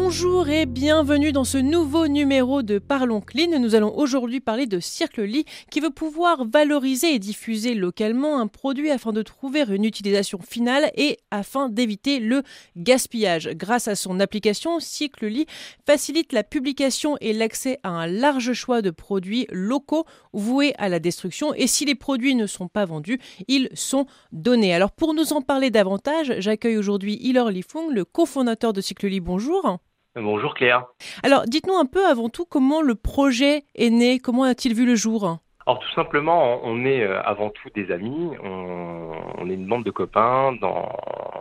Bonjour et bienvenue dans ce nouveau numéro de Parlons Clean. Nous allons aujourd'hui parler de Circle-Lit qui veut pouvoir valoriser et diffuser localement un produit afin de trouver une utilisation finale et afin d'éviter le gaspillage. Grâce à son application, Circle-Lit facilite la publication et l'accès à un large choix de produits locaux voués à la destruction. Et si les produits ne sont pas vendus, ils sont donnés. Alors pour nous en parler davantage, j'accueille aujourd'hui Ilor Lifung, le cofondateur de Circle-Lit. Bonjour. Bonjour Claire. Alors, dites-nous un peu avant tout comment le projet est né, comment a-t-il vu le jour? Alors tout simplement, on est avant tout des amis, on est une bande de copains dans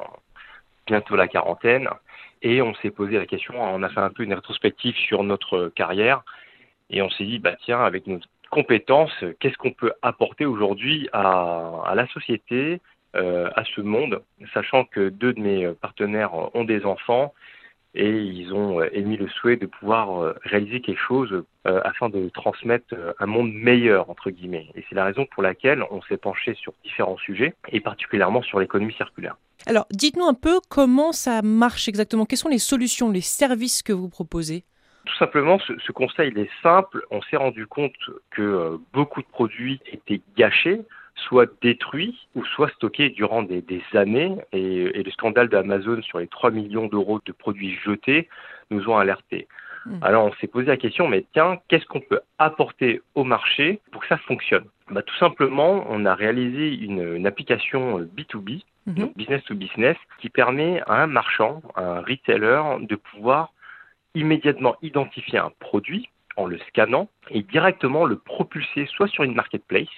bientôt la quarantaine et on s'est posé la question, on a fait un peu une rétrospective sur notre carrière et on s'est dit, tiens, avec nos compétences, qu'est-ce qu'on peut apporter aujourd'hui à la société, à ce monde, sachant que deux de mes partenaires ont des enfants. Et ils ont émis le souhait de pouvoir réaliser quelque chose afin de transmettre un monde meilleur, entre guillemets. Et c'est la raison pour laquelle on s'est penché sur différents sujets, et particulièrement sur l'économie circulaire. Alors, dites-nous un peu comment ça marche exactement. Quelles sont les solutions, les services que vous proposez? Tout simplement, ce constat, il est simple. On s'est rendu compte que beaucoup de produits étaient gâchés, soit détruits ou soit stockés durant des années. Et le scandale d'Amazon sur les 3 millions d'euros de produits jetés nous ont alertés. Alors on s'est posé la question, mais tiens, qu'est-ce qu'on peut apporter au marché pour que ça fonctionne? Tout simplement, on a réalisé une application B2B, donc business to business, qui permet à un marchand, à un retailer, de pouvoir immédiatement identifier un produit en le scannant et directement le propulser soit sur une marketplace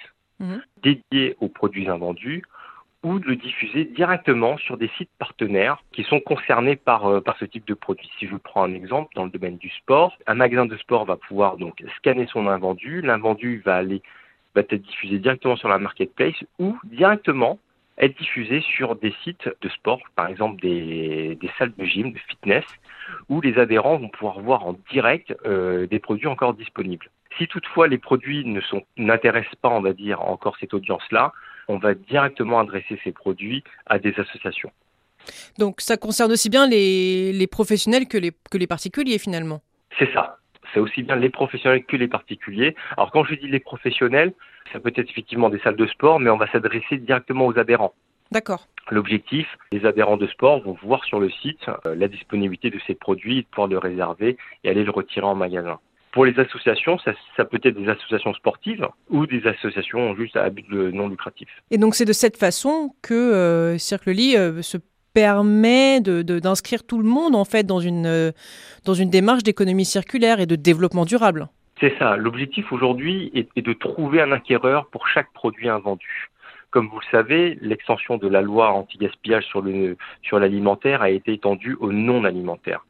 dédié aux produits invendus ou de le diffuser directement sur des sites partenaires qui sont concernés par ce type de produit. Si je prends un exemple dans le domaine du sport, un magasin de sport va pouvoir donc scanner son invendu, l'invendu va être diffusé directement sur la marketplace ou directement être diffusé sur des sites de sport, par exemple des salles de gym, de fitness, où les adhérents vont pouvoir voir en direct des produits encore disponibles. Si toutefois les produits n'intéressent pas, on va dire, encore cette audience-là, on va directement adresser ces produits à des associations. Donc ça concerne aussi bien les professionnels que les particuliers finalement. C'est ça. C'est aussi bien les professionnels que les particuliers. Alors quand je dis les professionnels, ça peut être effectivement des salles de sport, mais on va s'adresser directement aux adhérents. D'accord. L'objectif, les adhérents de sport vont voir sur le site la disponibilité de ces produits, pouvoir le réserver et aller le retirer en magasin. Pour les associations, ça peut être des associations sportives ou des associations juste à but non lucratif. Et donc c'est de cette façon que Circle-Lit se permet d'inscrire tout le monde en fait dans une démarche d'économie circulaire et de développement durable. C'est ça. L'objectif aujourd'hui est de trouver un acquéreur pour chaque produit invendu. Comme vous le savez, l'extension de la loi anti-gaspillage sur l'alimentaire a été étendue au non alimentaire.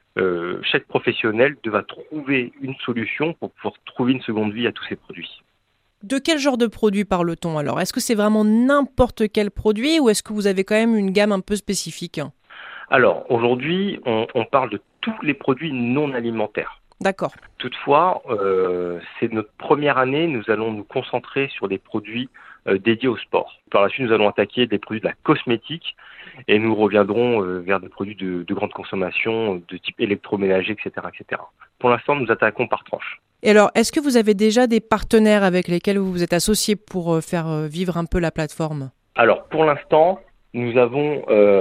Chaque professionnel devra trouver une solution pour pouvoir trouver une seconde vie à tous ces produits. De quel genre de produit parle-t-on alors? Est-ce que c'est vraiment n'importe quel produit ou est-ce que vous avez quand même une gamme un peu spécifique? Alors, aujourd'hui, on parle de tous les produits non alimentaires. D'accord. Toutefois, c'est notre première année, nous allons nous concentrer sur des produits dédiés au sport. Par la suite, nous allons attaquer des produits de la cosmétique et nous reviendrons vers des produits de grande consommation, de type électroménager, etc., etc. Pour l'instant, nous attaquons par tranche. Et alors, est-ce que vous avez déjà des partenaires avec lesquels vous vous êtes associés pour faire vivre un peu la plateforme? Alors, pour l'instant, nous sommes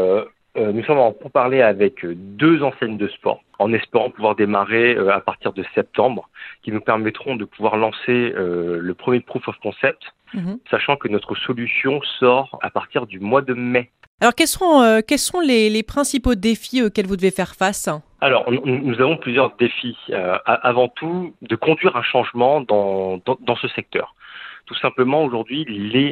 en pourparlers avec 2 enseignes de sport, en espérant pouvoir démarrer à partir de septembre, qui nous permettront de pouvoir lancer le premier proof of concept, sachant que notre solution sort à partir du mois de mai. Alors, quels sont les principaux défis auxquels vous devez faire face? Alors, nous avons plusieurs défis. Avant tout, de conduire un changement dans ce secteur. Tout simplement, aujourd'hui,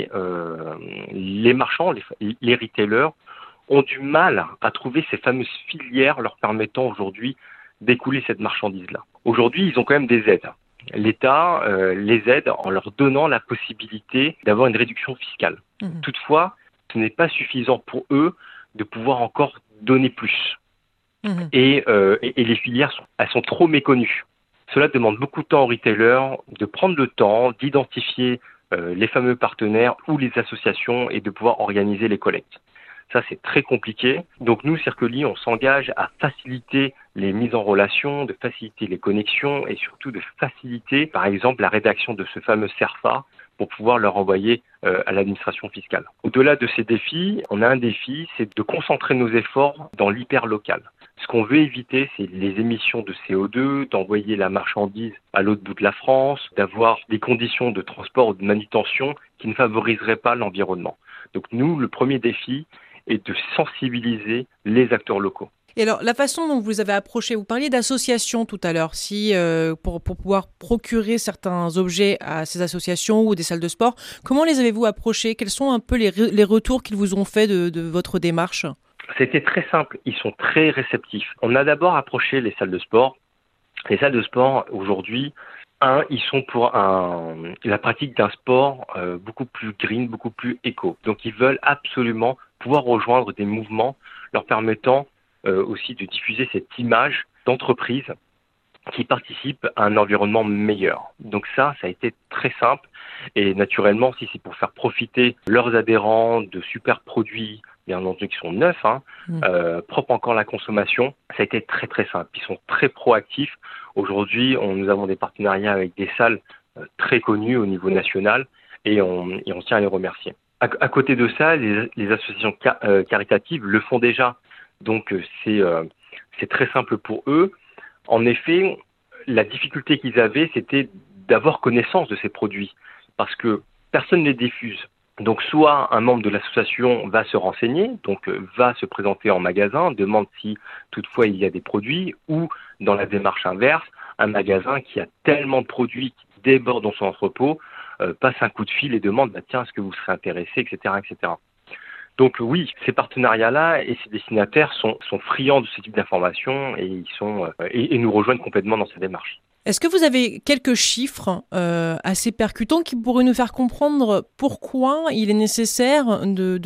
les marchands, les retailers, ont du mal à trouver ces fameuses filières leur permettant aujourd'hui d'écouler cette marchandise-là. Aujourd'hui, ils ont quand même des aides. L'État les aide en leur donnant la possibilité d'avoir une réduction fiscale. Toutefois, ce n'est pas suffisant pour eux de pouvoir encore donner plus. Et les filières, elles sont trop méconnues. Cela demande beaucoup de temps aux retailers de prendre le temps d'identifier les fameux partenaires ou les associations et de pouvoir organiser les collectes. Ça, c'est très compliqué. Donc nous, Circoli, on s'engage à faciliter les mises en relation, de faciliter les connexions et surtout de faciliter, par exemple, la rédaction de ce fameux CERFA pour pouvoir le renvoyer à l'administration fiscale. Au-delà de ces défis, on a un défi, c'est de concentrer nos efforts dans l'hyperlocal. Ce qu'on veut éviter, c'est les émissions de CO2, d'envoyer la marchandise à l'autre bout de la France, d'avoir des conditions de transport ou de manutention qui ne favoriseraient pas l'environnement. Donc nous, le premier défi est de sensibiliser les acteurs locaux. Et alors, la façon dont vous avez approché, vous parliez d'associations tout à l'heure, pour pouvoir procurer certains objets à ces associations ou des salles de sport, comment les avez-vous approchés? Quels sont un peu les retours qu'ils vous ont fait de votre démarche? C'était très simple, ils sont très réceptifs. On a d'abord approché les salles de sport. Les salles de sport, aujourd'hui, ils sont pour la pratique d'un sport beaucoup plus green, beaucoup plus éco. Donc ils veulent absolument pouvoir rejoindre des mouvements leur permettant aussi de diffuser cette image d'entreprise qui participe à un environnement meilleur. Donc ça a été très simple. Et naturellement, si c'est pour faire profiter leurs adhérents de super produits, bien entendu qui sont neufs, propres encore à la consommation, ça a été très très simple. Ils sont très proactifs. Aujourd'hui, nous avons des partenariats avec des salles très connues au niveau national et on tient à les remercier. À côté de ça, les associations caritatives le font déjà. Donc c'est très simple pour eux. En effet, la difficulté qu'ils avaient, c'était d'avoir connaissance de ces produits parce que personne ne les diffuse. Donc soit un membre de l'association va se renseigner, donc va se présenter en magasin, demande si toutefois il y a des produits, ou dans la démarche inverse, un magasin qui a tellement de produits qui débordent dans son entrepôt, passe un coup de fil et demande tiens, est-ce que vous serez intéressé, etc., etc. Donc oui, ces partenariats-là et ces destinataires sont friands de ce type d'informations et et nous rejoignent complètement dans cette démarche. Est-ce que vous avez quelques chiffres assez percutants qui pourraient nous faire comprendre pourquoi il est nécessaire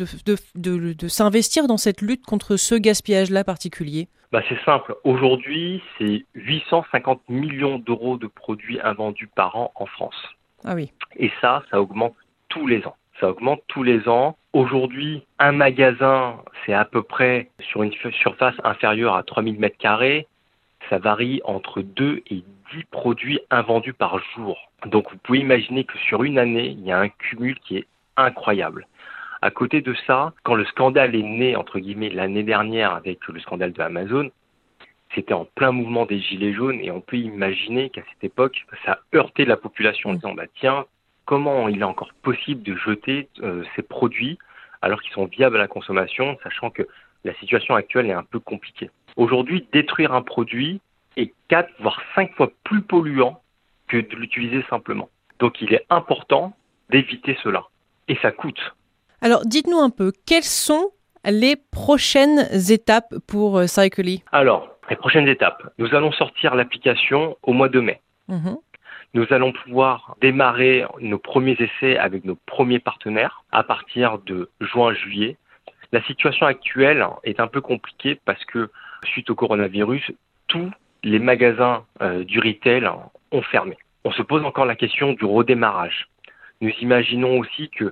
de s'investir dans cette lutte contre ce gaspillage-là particulier? C'est simple. Aujourd'hui, c'est 850 millions d'euros de produits invendus par an en France. Ah oui. Et ça augmente tous les ans. Ça augmente tous les ans. Aujourd'hui, un magasin, c'est à peu près sur une surface inférieure à 3000 m². Ça varie entre 2 et 10 produits invendus par jour. Donc vous pouvez imaginer que sur une année, il y a un cumul qui est incroyable. À côté de ça, quand le scandale est né, entre guillemets, l'année dernière avec le scandale de Amazon, c'était en plein mouvement des gilets jaunes et on peut imaginer qu'à cette époque, ça a heurté la population en disant tiens, comment il est encore possible de jeter ces produits alors qu'ils sont viables à la consommation, sachant que la situation actuelle est un peu compliquée. Aujourd'hui, détruire un produit est 4 voire 5 fois plus polluant que de l'utiliser simplement. Donc il est important d'éviter cela. Et ça coûte. Alors dites-nous un peu, quelles sont les prochaines étapes pour Circoli? Alors, les prochaines étapes. Nous allons sortir l'application au mois de mai. Nous allons pouvoir démarrer nos premiers essais avec nos premiers partenaires à partir de juin-juillet. La situation actuelle est un peu compliquée parce que suite au coronavirus, tous les magasins du retail ont fermé. On se pose encore la question du redémarrage. Nous imaginons aussi que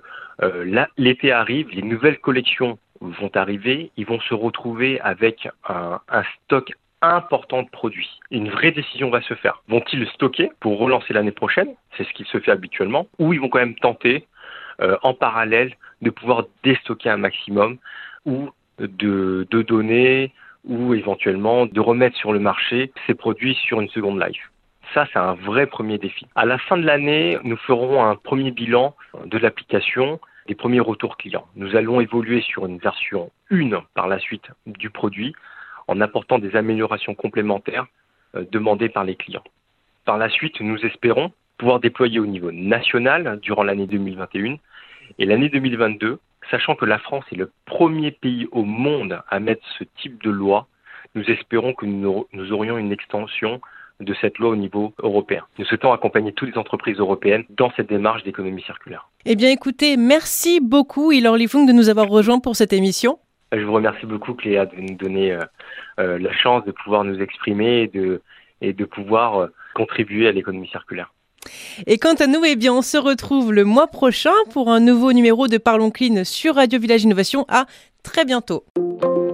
l'été arrive, les nouvelles collections vont arriver, ils vont se retrouver avec un stock important de produits. Une vraie décision va se faire. Vont-ils le stocker pour relancer l'année prochaine? C'est ce qui se fait habituellement. Ou ils vont quand même tenter, en parallèle, de pouvoir déstocker un maximum ou de donner ou éventuellement de remettre sur le marché ces produits sur une seconde life. Ça, c'est un vrai premier défi. À la fin de l'année, nous ferons un premier bilan de l'application, des premiers retours clients. Nous allons évoluer sur une version 1 par la suite du produit en apportant des améliorations complémentaires demandées par les clients. Par la suite, nous espérons pouvoir déployer au niveau national durant l'année 2021 et l'année 2022, sachant que la France est le premier pays au monde à mettre ce type de loi. Nous espérons que nous aurions une extension de cette loi au niveau européen. Nous souhaitons accompagner toutes les entreprises européennes dans cette démarche d'économie circulaire. Eh bien écoutez, merci beaucoup Ilor Lifung de nous avoir rejoints pour cette émission. Je vous remercie beaucoup Cléa de nous donner la chance de pouvoir nous exprimer et de pouvoir contribuer à l'économie circulaire. Et quant à nous, eh bien, on se retrouve le mois prochain pour un nouveau numéro de Parlons Clean sur Radio Village Innovation. À très bientôt.